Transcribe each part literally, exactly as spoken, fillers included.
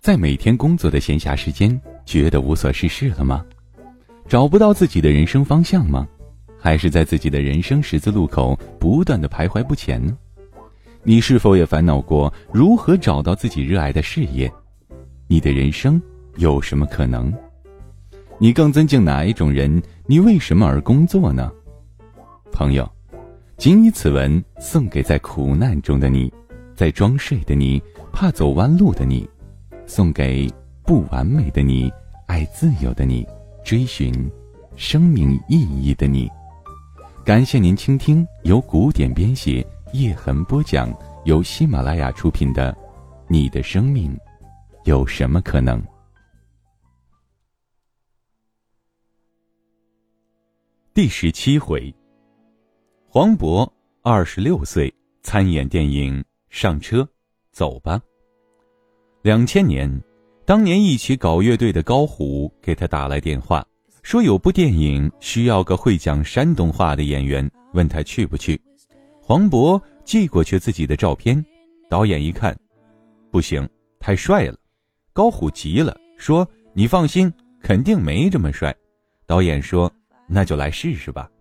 在每天工作的闲暇时间，觉得无所事事了吗？找不到自己的人生方向吗？还是在自己的人生十字路口不断的徘徊不前呢？你是否也烦恼过如何找到自己热爱的事业？你的人生有什么可能？你更尊敬哪一种人？你为什么而工作呢？朋友，谨以此文送给在苦难中的你，在装睡的你，怕走弯路的你，送给不完美的你，爱自由的你，追寻生命意义的你。感谢您倾听由古典编写，叶痕播讲，由喜马拉雅出品的《你的生命有什么可能》。第十七回，黄渤二十六岁参演电影《上车走吧》。两千年，当年一起搞乐队的高虎给他打来电话，说有部电影需要个会讲山东话的演员，问他去不去。黄渤寄过去自己的照片，导演一看，不行，太帅了。高虎急了，说你放心，肯定没这么帅。导演说那就来试试吧。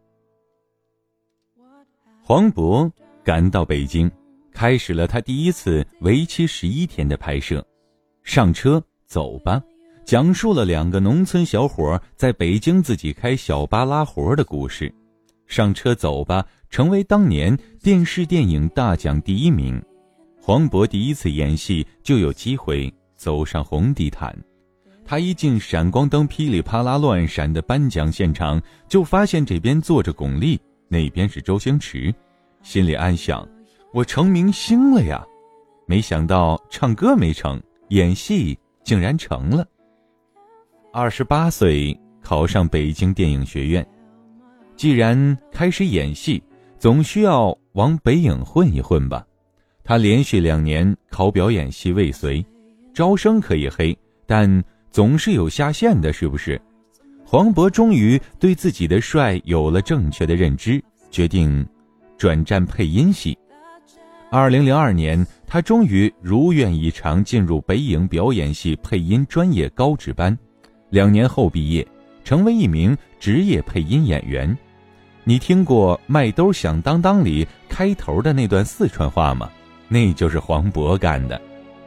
黄渤赶到北京，开始了他第一次为期十一天的拍摄。上车走吧，讲述了两个农村小伙在北京自己开小巴拉活的故事。上车走吧成为当年电视电影大奖第一名。黄渤第一次演戏就有机会走上红地毯。他一进闪光灯噼里啪啦乱闪的颁奖现场，就发现这边坐着巩俐，那边是周星驰，心里暗想，我成明星了呀。没想到唱歌没成，演戏竟然成了。二十八岁考上北京电影学院，既然开始演戏，总需要往北影混一混吧。他连续两年考表演系未遂，招生可以黑，但总是有下线的，是不是？黄渤终于对自己的帅有了正确的认知，决定转战配音系。二零零二年，他终于如愿以偿进入北影表演系配音专业高职班，两年后毕业，成为一名职业配音演员。你听过《麦兜响当当》里开头的那段四川话吗？那就是黄渤干的。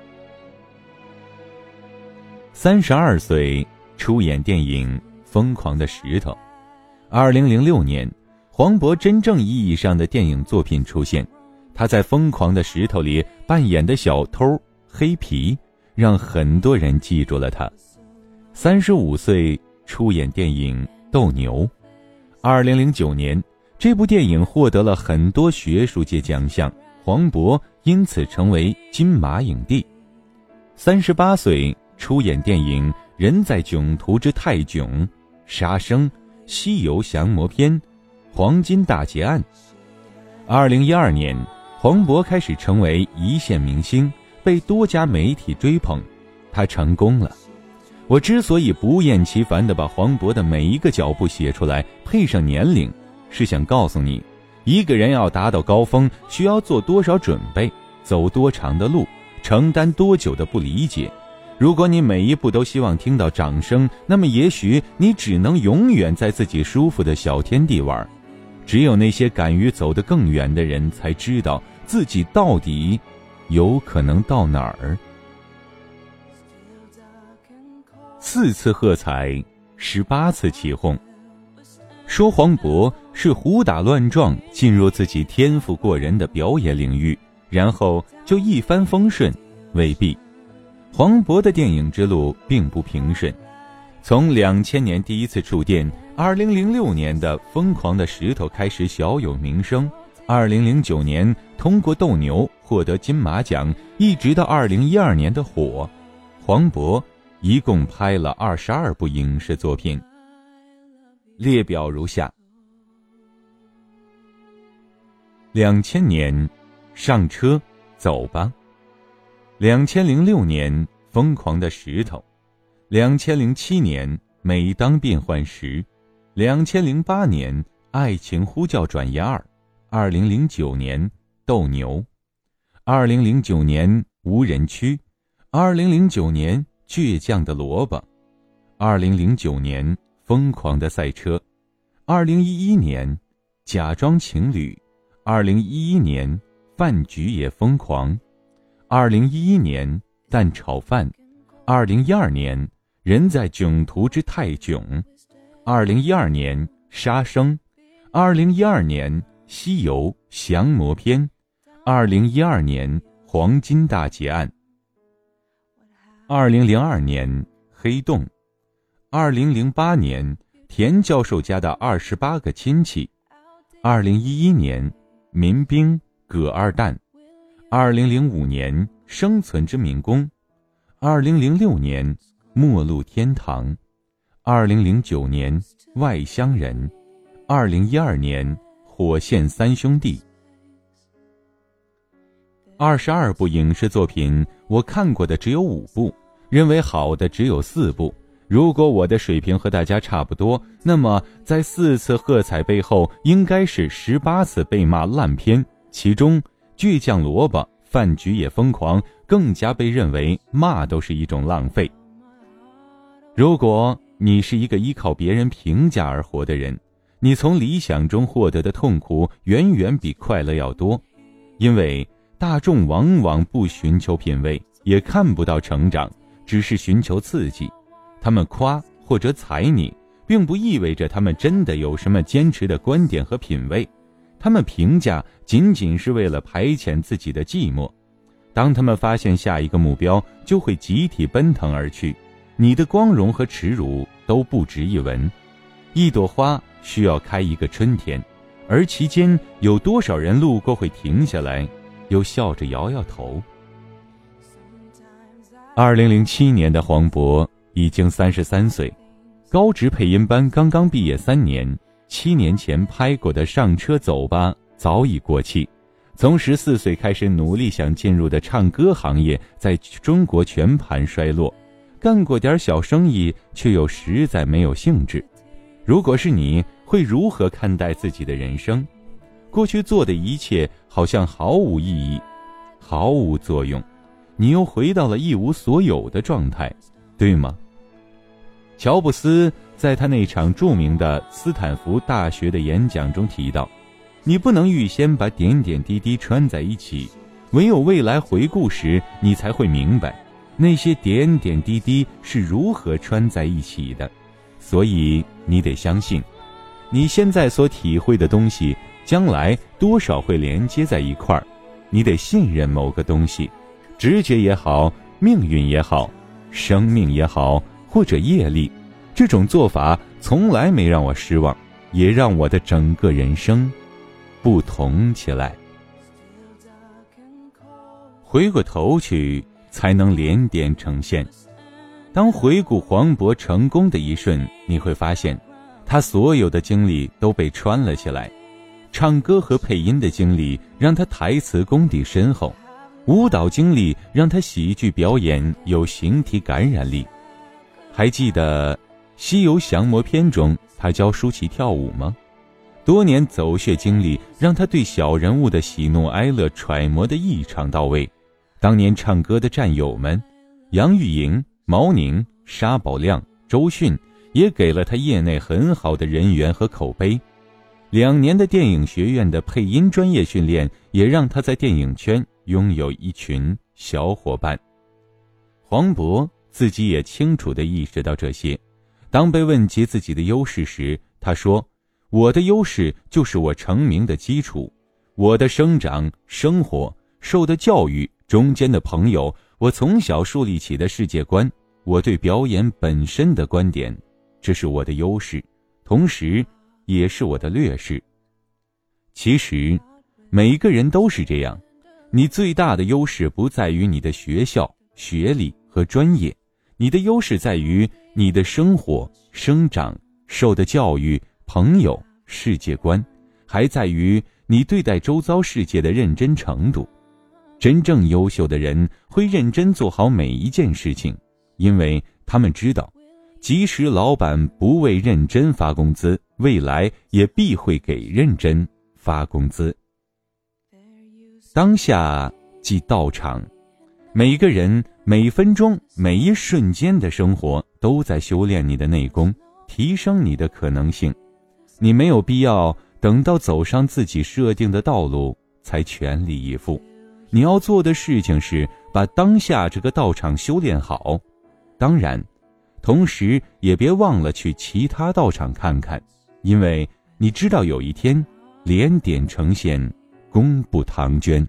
三十二岁出演电影《疯狂的石头》。二零零六年，黄渤真正意义上的电影作品出现。他在《疯狂的石头》里扮演的小偷黑皮，让很多人记住了他。三十五岁出演电影《斗牛》。二零零九年，这部电影获得了很多学术界奖项，黄渤因此成为金马影帝。三十八岁出演电影《人在囧途之泰囧》、《杀生》、《西游降魔篇》、《黄金大劫案》。二零一二年，黄渤开始成为一线明星，被多家媒体追捧，他成功了。我之所以不厌其烦地把黄渤的每一个脚步写出来，配上年龄，是想告诉你，一个人要达到高峰，需要做多少准备，走多长的路，承担多久的不理解。如果你每一步都希望听到掌声，那么也许你只能永远在自己舒服的小天地玩。只有那些敢于走得更远的人，才知道自己到底有可能到哪儿。四次喝彩，十八次起哄。说黄渤是胡打乱撞进入自己天赋过人的表演领域，然后就一帆风顺，未必。黄渤的电影之路并不平顺，从两千年第一次触电，二零零六年的《疯狂的石头》开始小有名声，二零零九年通过《斗牛》获得金马奖，一直到二零一二年的《火》，黄渤一共拍了二十二部影视作品，列表如下：两千年，上车走吧；两千零六年，疯狂的石头；两千零七年，每当变幻时；两千零八年，爱情呼叫转移二；二零零九年，斗牛；二零零九年，无人区； 二零零九年倔强的萝卜，二零零九年疯狂的赛车，二零一一年假装情侣，二零一一年饭局也疯狂，二零一一年蛋炒饭，二零一二年人在囧途之泰囧，二零一二年杀生，二零一二年西游降魔篇，二零一二年黄金大劫案，二零零二年黑洞，二零零八年田教授家的二十八个亲戚，二零一一年民兵葛二蛋，二零零五年生存之民工，二零零六年末路天堂，二零零九年外乡人，二零一二年火线三兄弟。二十二部影视作品，我看过的只有五部，认为好的只有四部。如果我的水平和大家差不多，那么在四次喝彩背后，应该是十八次被骂烂片，其中倔强萝卜、饭局也疯狂更加被认为骂都是一种浪费。如果你是一个依靠别人评价而活的人，你从理想中获得的痛苦远远比快乐要多，因为大众往往不寻求品味，也看不到成长，只是寻求刺激。他们夸或者踩你，并不意味着他们真的有什么坚持的观点和品味，他们评价仅仅是为了排遣自己的寂寞。当他们发现下一个目标，就会集体奔腾而去，你的光荣和耻辱都不值一文。一朵花需要开一个春天，而其间有多少人路过会停下来，又笑着摇摇头。二零零七年的黄渤已经三十三岁，高职配音班刚刚毕业三年，七年前拍过的《上车走吧》早已过气。从十四岁开始努力想进入的唱歌行业，在中国全盘衰落，干过点小生意，却又实在没有兴致。如果是你，会如何看待自己的人生？过去做的一切好像毫无意义，毫无作用，你又回到了一无所有的状态，对吗？乔布斯在他那场著名的斯坦福大学的演讲中提到，你不能预先把点点滴滴穿在一起，唯有未来回顾时，你才会明白那些点点滴滴是如何穿在一起的。所以你得相信，你现在所体会的东西将来多少会连接在一块儿。你得信任某个东西，直觉也好，命运也好，生命也好，或者业力。这种做法从来没让我失望，也让我的整个人生不同起来。回过头去，才能连点呈现。当回顾黄渤成功的一瞬，你会发现他所有的经历都被穿了起来。唱歌和配音的经历让他台词功底深厚，舞蹈经历让他喜剧表演有形体感染力。还记得《西游降魔篇》中他教舒淇跳舞吗？多年走穴经历让他对小人物的喜怒哀乐揣摩得异常到位。当年唱歌的战友们，杨钰莹、毛宁、沙宝亮、周迅也给了他业内很好的人缘和口碑。两年的电影学院的配音专业训练也让他在电影圈拥有一群小伙伴。黄渤自己也清楚地意识到这些。当被问及自己的优势时，他说，我的优势就是我成名的基础，我的生长、生活、受的教育、中间的朋友，我从小树立起的世界观，我对表演本身的观点，这是我的优势，同时也是我的劣势。其实每一个人都是这样，你最大的优势不在于你的学校、学历和专业，你的优势在于你的生活、生长、受的教育、朋友、世界观，还在于你对待周遭世界的认真程度。真正优秀的人会认真做好每一件事情，因为他们知道，即使老板不为认真发工资，未来也必会给认真发工资。当下即道场， 每个人每分钟每一瞬间的生活都在修炼你的内功，提升你的可能性。你没有必要等到走上自己设定的道路才全力以赴，你要做的事情是把当下这个道场修炼好。当然，同时也别忘了去其他道场看看，因为你知道有一天连点成线，功不唐捐。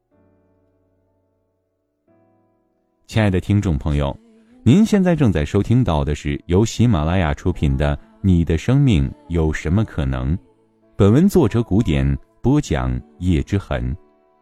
亲爱的听众朋友，您现在正在收听到的是由喜马拉雅出品的《你的生命有什么可能》，本文作者古典，播讲叶之痕。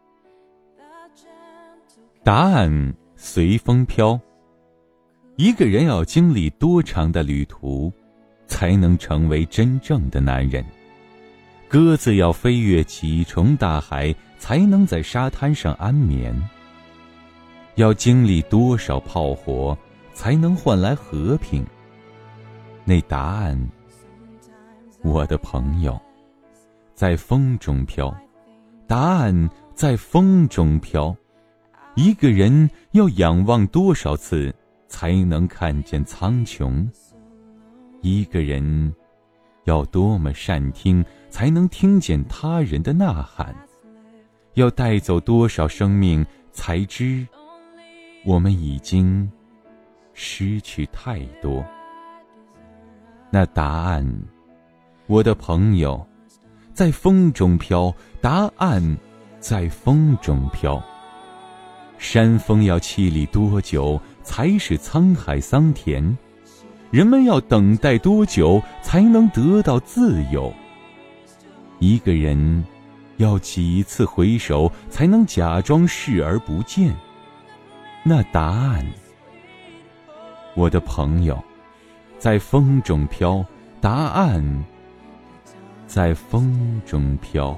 答案随风飘。一个人要经历多长的旅途，才能成为真正的男人？鸽子要飞越几重大海，才能在沙滩上安眠？要经历多少炮火，才能换来和平？那答案，我的朋友，在风中飘。答案在风中飘。一个人要仰望多少次，才能看见苍穹？一个人要多么善听，才能听见他人的呐喊？要带走多少生命，才知我们已经失去太多？那答案，我的朋友，在风中飘。答案在风中飘。山峰要屹立多久，才是沧海桑田？人们要等待多久，才能得到自由？一个人要几次回首，才能假装视而不见？那答案，我的朋友，在风中飘。答案在风中飘。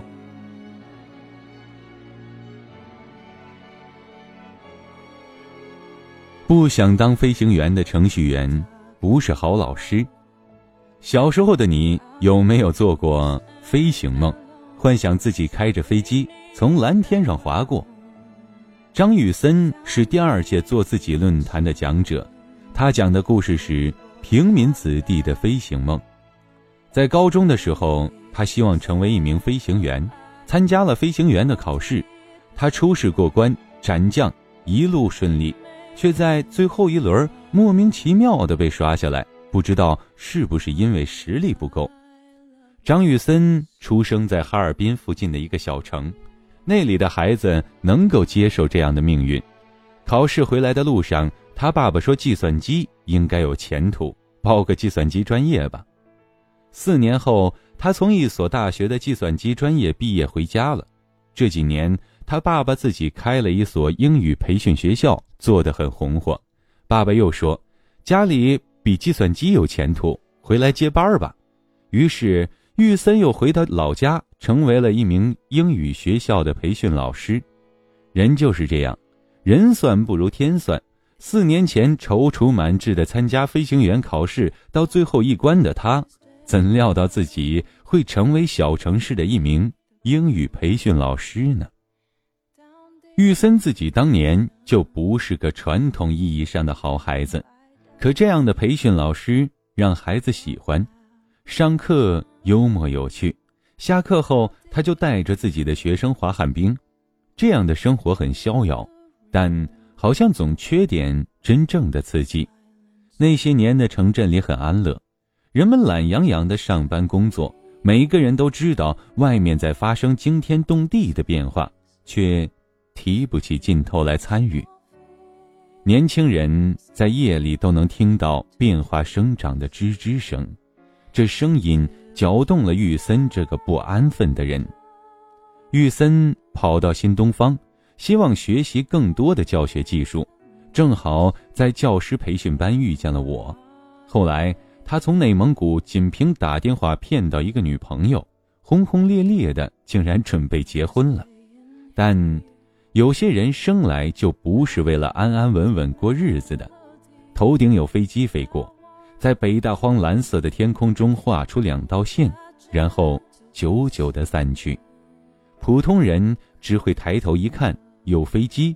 不想当飞行员的程序员不是好老师。小时候的你有没有做过飞行梦，幻想自己开着飞机从蓝天上划过？张雨森是第二届做自己论坛的讲者，他讲的故事是平民子弟的飞行梦。在高中的时候，他希望成为一名飞行员，参加了飞行员的考试。他初试过关，斩将，一路顺利，却在最后一轮莫名其妙地被刷下来，不知道是不是因为实力不够。张雨森出生在哈尔滨附近的一个小城，那里的孩子能够接受这样的命运。考试回来的路上，他爸爸说计算机应该有前途，报个计算机专业吧。四年后，他从一所大学的计算机专业毕业回家了。这几年，他爸爸自己开了一所英语培训学校，做得很红火。爸爸又说，家里比计算机有前途，回来接班吧。于是玉森又回到老家，成为了一名英语学校的培训老师。人就是这样，人算不如天算。四年前踌躇满志地参加飞行员考试，到最后一关的他，怎料到自己会成为小城市的一名英语培训老师呢？玉森自己当年就不是个传统意义上的好孩子，可这样的培训老师让孩子喜欢。上课幽默有趣，下课后他就带着自己的学生滑旱冰。这样的生活很逍遥，但好像总缺点真正的刺激。那些年的城镇里很安乐，人们懒洋洋的上班工作，每个人都知道外面在发生惊天动地的变化，却提不起劲头来参与。年轻人在夜里都能听到变化生长的吱吱声，这声音搅动了玉森这个不安分的人。玉森跑到新东方，希望学习更多的教学技术，正好在教师培训班遇见了我。后来他从内蒙古仅凭打电话骗到一个女朋友，轰轰烈烈的竟然准备结婚了。但有些人生来就不是为了安安稳稳过日子的。头顶有飞机飞过，在北大荒蓝色的天空中画出两道线，然后久久地散去。普通人只会抬头一看，有飞机，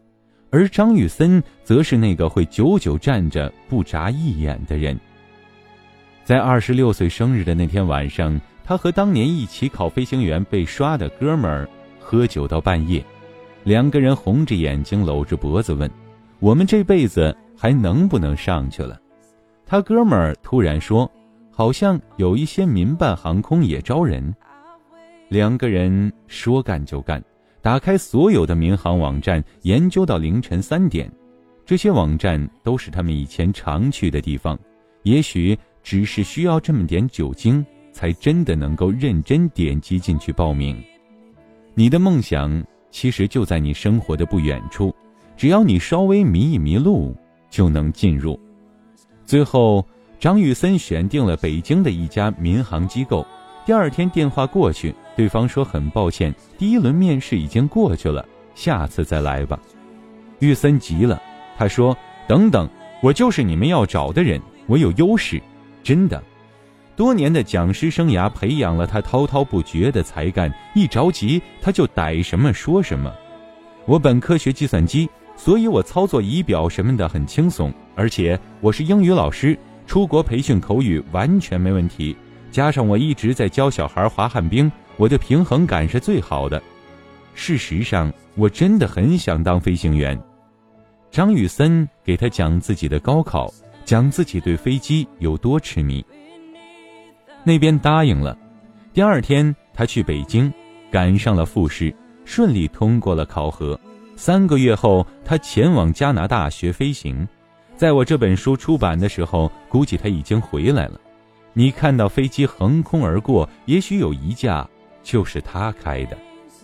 而张玉森则是那个会久久站着不眨一眼的人。在二十六岁生日的那天晚上，他和当年一起考飞行员被刷的哥们儿喝酒到半夜，两个人红着眼睛搂着脖子问，我们这辈子还能不能上去了？他哥们儿突然说，好像有一些民办航空也招人。两个人说干就干，打开所有的民航网站，研究到凌晨三点。这些网站都是他们以前常去的地方，也许只是需要这么点酒精，才真的能够认真点击进去报名。你的梦想其实就在你生活的不远处，只要你稍微迷一迷路，就能进入。最后，张玉森选定了北京的一家民航机构。第二天电话过去，对方说很抱歉，第一轮面试已经过去了，下次再来吧。玉森急了，他说，等等，我就是你们要找的人，我有优势，真的。多年的讲师生涯培养了他滔滔不绝的才干，一着急他就逮什么说什么。我本科学计算机，所以我操作仪表什么的很轻松，而且我是英语老师，出国培训口语完全没问题，加上我一直在教小孩滑旱冰，我的平衡感是最好的。事实上，我真的很想当飞行员。张玉森给他讲自己的高考，讲自己对飞机有多痴迷。那边答应了。第二天他去北京，赶上了复试，顺利通过了考核。三个月后，他前往加拿大学飞行。在我这本书出版的时候，估计他已经回来了。你看到飞机横空而过，也许有一架就是他开的。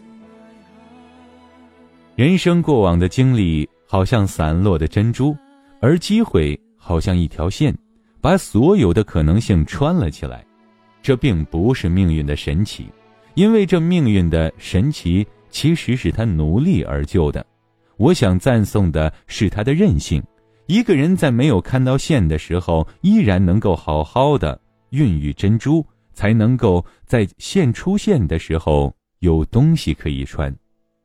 人生过往的经历好像散落的珍珠，而机会好像一条线，把所有的可能性穿了起来。这并不是命运的神奇，因为这命运的神奇其实是他努力而就的。我想赞颂的是他的韧性。一个人在没有看到线的时候，依然能够好好的孕育珍珠，才能够在线出现的时候有东西可以穿。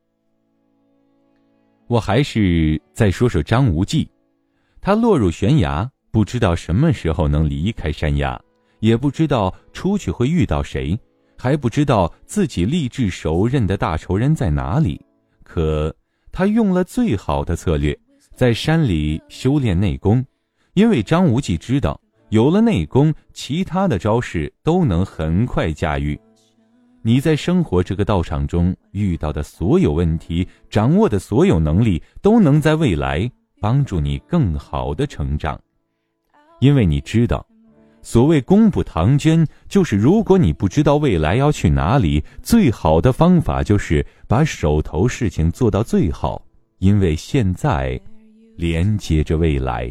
我还是再说说张无忌。他落入悬崖，不知道什么时候能离开山崖，也不知道出去会遇到谁，还不知道自己立志手刃的大仇人在哪里。可他用了最好的策略，在山里修炼内功，因为张无忌知道，有了内功，其他的招式都能很快驾驭。你在生活这个道场中遇到的所有问题，掌握的所有能力，都能在未来帮助你更好的成长。因为你知道，所谓功不唐捐，就是如果你不知道未来要去哪里，最好的方法就是把手头事情做到最好，因为现在连接着未来。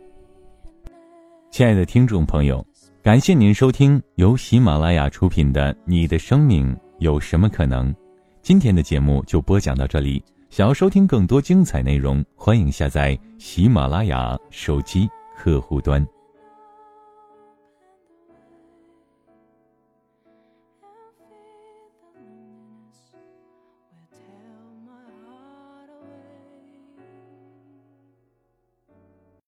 亲爱的听众朋友，感谢您收听由喜马拉雅出品的《你的生命有什么可能》。今天的节目就播讲到这里，想要收听更多精彩内容，欢迎下载喜马拉雅手机客户端。